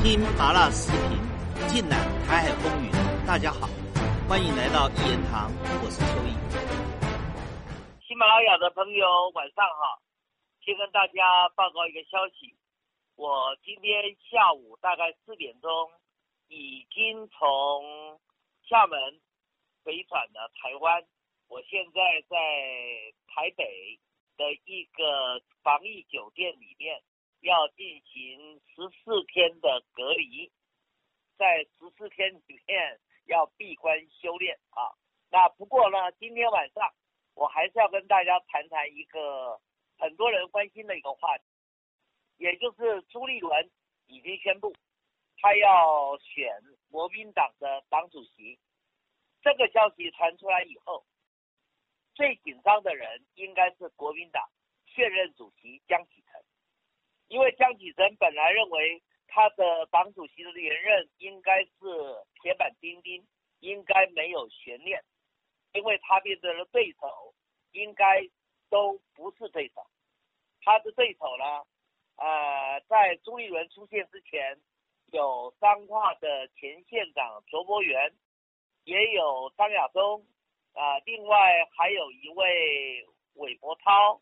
听麻辣时评，尽览台海风云。大家好，欢迎来到一言堂，我是邱毅。 喜马拉雅的朋友晚上好，先跟大家报告一个消息，我今天下午大概4点钟已经从厦门飞转了台湾，我现在在台北的一个防疫酒店里面要进行14天的隔离，在14天里面要闭关修炼啊。那不过呢，今天晚上我还是要跟大家谈谈一个很多人关心的一个话题，也就是朱立伦已经宣布他要选国民党的党主席。这个消息传出来以后，最紧张的人应该是国民党现任主席江启臣，因为江启臣本来认为他的党主席的连任应该是铁板钉钉，应该没有悬念，因为他面对的对手应该都不是对手。他的对手呢，在朱立伦出现之前，有彰化的前县长卓博源，也有张亚中，另外还有一位韦伯涛，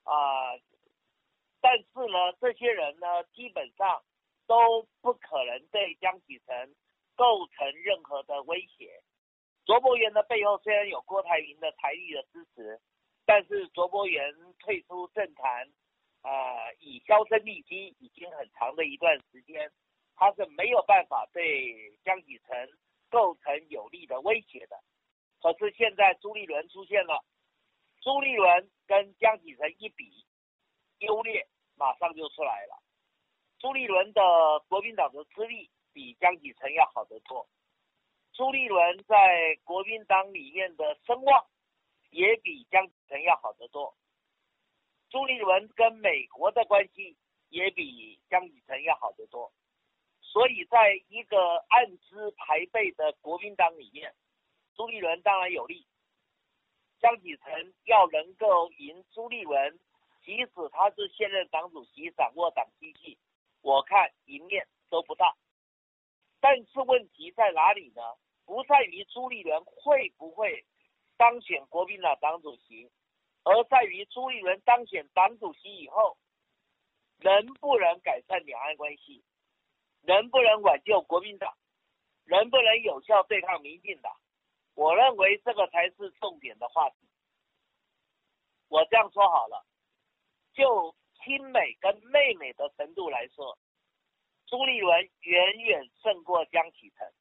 但是呢，这些人呢，基本上都不可能对江启臣构成任何的威胁。卓博源的背后虽然有郭台铭的财力的支持，但是卓博源退出政坛，以销声匿迹已经很长的一段时间，他是没有办法对江启臣构成有力的威胁的。可是现在朱立伦出现了，朱立伦跟江启臣一比，优劣马上就出来了。朱立伦的国民党的资历比江启臣要好得多，朱立伦在国民党里面的声望也比江启臣要好得多，朱立伦跟美国的关系也比江启臣要好得多，所以在一个暗支排辈的国民党里面，朱立伦当然有利。江启臣要能够赢朱立伦，即使他是现任党主席，掌握党机器，我看赢面都不大。但是问题在哪里呢？不在于朱立伦会不会当选国民党党主席，而在于朱立伦当选党主席以后，能不能改善两岸关系，能不能挽救国民党，能不能有效对抗民进党。我认为这个才是重点的话题。我这样说好了，就亲美跟妹妹的程度来说，朱立伦远远胜过江启臣。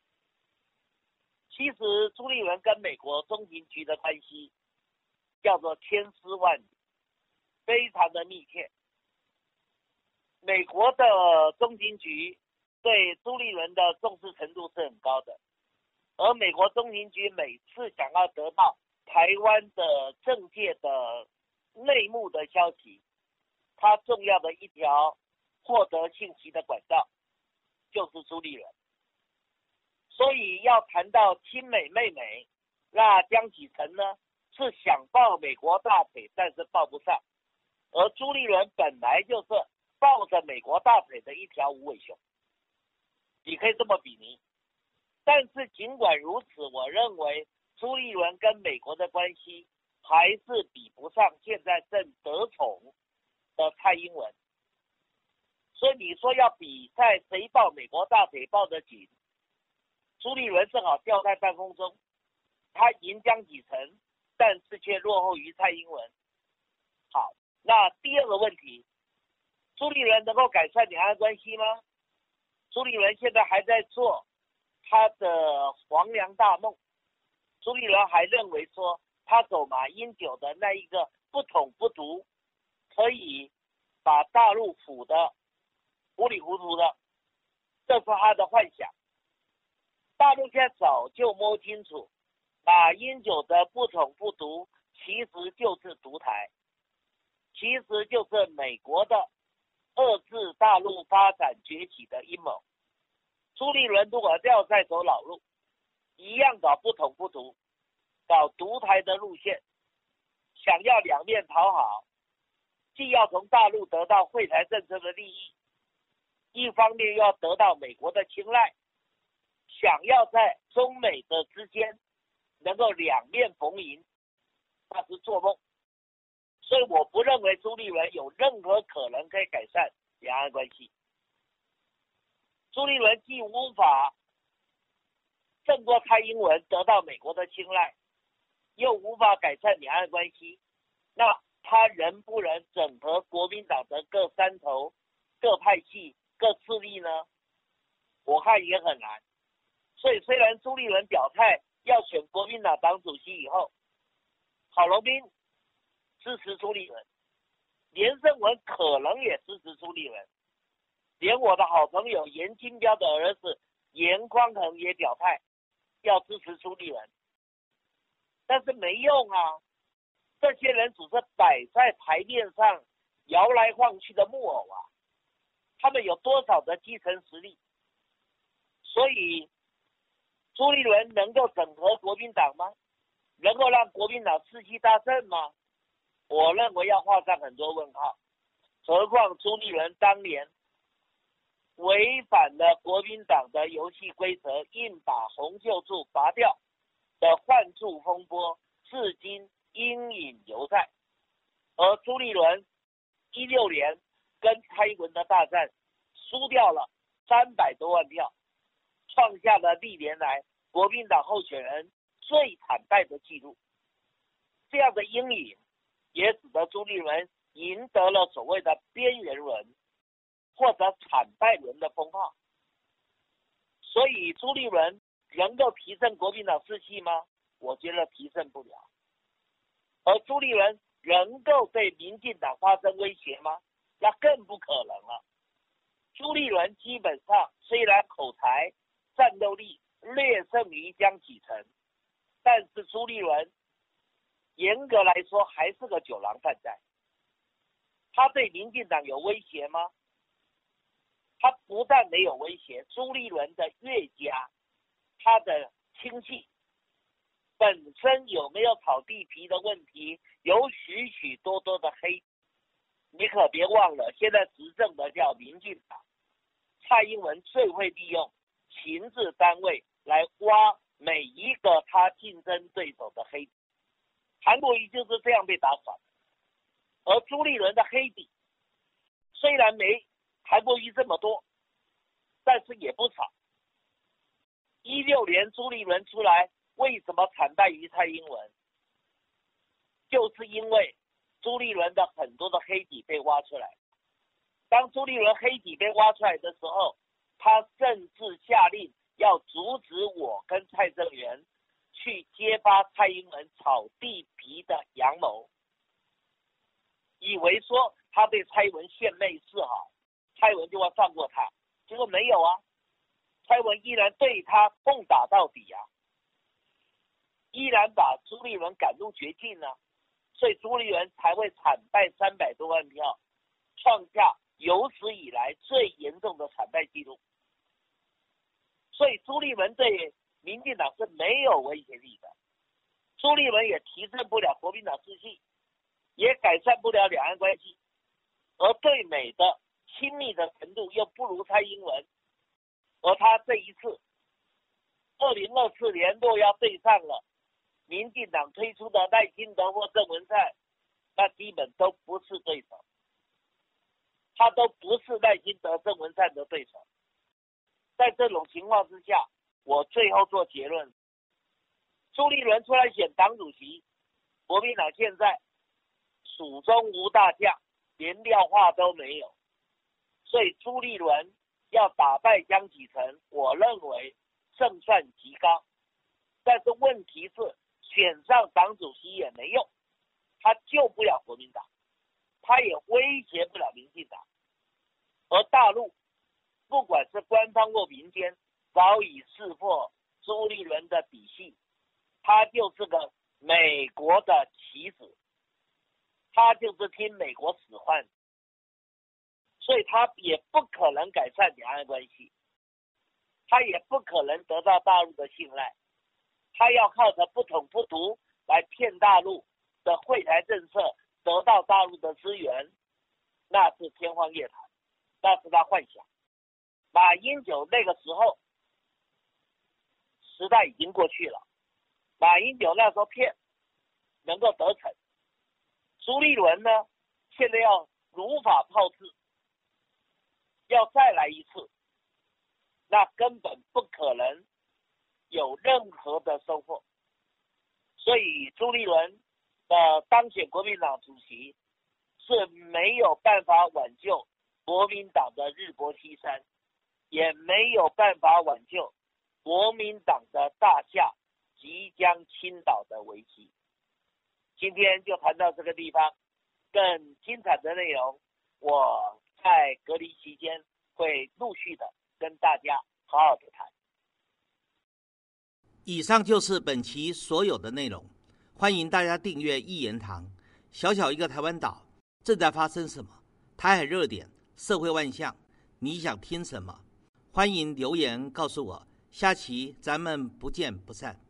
其实朱立伦跟美国中情局的关系叫做千丝万缕，非常的密切。美国的中情局对朱立伦的重视程度是很高的，而美国中情局每次想要得到台湾的政界的内幕的消息，它重要的一条获得信息的管道就是朱立伦。所以要谈到亲美妹妹，那江启臣呢是想抱美国大腿，但是抱不上，而朱立伦本来就是抱着美国大腿的一条无尾熊，你可以这么比拟。但是尽管如此，我认为朱立伦跟美国的关系还是比不上现在正得宠的蔡英文。所以你说要比赛谁抱美国大腿抱得紧，朱立伦正好吊在半空中，他赢江启臣，但是却落后于蔡英文。好，那第二个问题，朱立伦能够改善两岸关系吗？朱立伦现在还在做他的黄粱大梦。朱立伦还认为说，他走马英九的那一个不统不独，可以把大陆腐的糊里糊涂的，这是他的幻想。大陆现在早就摸清楚，马英九的不统不独其实就是独台，其实就是美国的遏制大陆发展崛起的阴谋。朱立伦如果要再走老路，一样搞不统不独，搞独台的路线，想要两面讨好，既要从大陆得到惠台政策的利益， 一方面又要得到美国的青睐，想要在中美的之间能够两面逢迎，那是做梦。所以我不认为朱立伦有任何可能可以改善两岸关系。朱立伦既无法胜过蔡英文得到美国的青睐，又无法改善两岸关系，那他能不能整合国民党的各山头、各派系、各势力呢？我看也很难。所以虽然朱立伦表态要选国民党党主席以后，郝龙斌支持朱立伦，连胜文可能也支持朱立伦，连我的好朋友严金彪的儿子严匡衡也表态要支持朱立伦，但是没用啊，这些人只是摆在台面上摇来晃去的木偶啊，他们有多少的基层实力？所以朱立伦能够整合国民党吗？能够让国民党士气大振吗？我认为要画上很多问号。何况朱立伦当年违反了国民党的游戏规则，硬把洪秀柱拔掉的换柱风波，至今阴影犹在。而朱立伦16年跟蔡英文的大战输掉了300多万票，创下了历年来国民党候选人最惨败的记录。这样的阴影也使得朱立伦赢得了所谓的边缘轮或者惨败轮的封号。所以朱立伦能够提升国民党士气吗？我觉得提升不了。而朱立伦能够对民进党发生威胁吗？那更不可能了。朱立伦基本上虽然口才、战斗力略胜于江启臣，但是朱立伦严格来说还是个酒囊饭袋。他对民进党有威胁吗？他不但没有威胁，朱立伦的岳家，他的亲戚本身有没有炒地皮的问题，有许许多多的黑。你可别忘了，现在执政的叫民进党，蔡英文最会利用情治单位来挖每一个他竞争对手的黑底。韩国瑜就是这样被打垮的。而朱立伦的黑底虽然没韩国瑜这么多，但是也不少。16年朱立伦出来，为什么惨败于蔡英文？就是因为朱立伦的很多的黑底被挖出来。当朱立伦黑底被挖出来的时候，他甚至下令要阻止我跟蔡正元去揭发蔡英文炒地皮的阳谋，以为说他对蔡英文献媚示好，蔡英文就会放过他，结果没有啊，蔡英文依然对他痛打到底啊，依然把朱立伦赶入绝境啊，所以朱立伦才会惨败300多万票，创下有史以来最严重的惨败记录。所以朱立伦对民进党是没有威胁力的，朱立伦也提升不了国民党士气，也改善不了两岸关系，而对美的亲密的程度又不如蔡英文。而他这一次2024年若要对上了民进党推出的赖清德或郑文灿，那基本都不是对手，他都不是赖清德、郑文灿的对手。在这种情况之下，我最后做结论，朱立伦出来选党主席，国民党现在蜀中无大将，连廖化都没有，所以朱立伦要打败江启臣，我认为胜算极高。但是问题是选上党主席也没用，他救不了国民党，他也威胁不了民进党。而大陆不管是官方或民间，早已识破朱立伦的底细，他就是个美国的棋子，他就是听美国使唤，所以他也不可能改善两岸关系，他也不可能得到大陆的信赖，他要靠着不统不独来骗大陆的惠台政策，得到大陆的资源，那是天方夜谭，那是他幻想。 马英九那个时候时代已经过去了，马英九那时候骗能够得逞，朱立伦呢现在要如法炮制，要再来一次，那根本不可能有任何的收获。所以朱立伦的当选国民党主席是没有办法挽救国民党的日薄西山，也没有办法挽救国民党的大厦即将倾倒的危机。今天就谈到这个地方，更精彩的内容我在隔离期间会陆续的跟大家好好的谈。 以上就是本期所有的内容，欢迎大家订阅一言堂。小小一个台湾岛，正在发生什么？台海热点，社会万象，你想听什么？欢迎留言告诉我，下期咱们不见不散。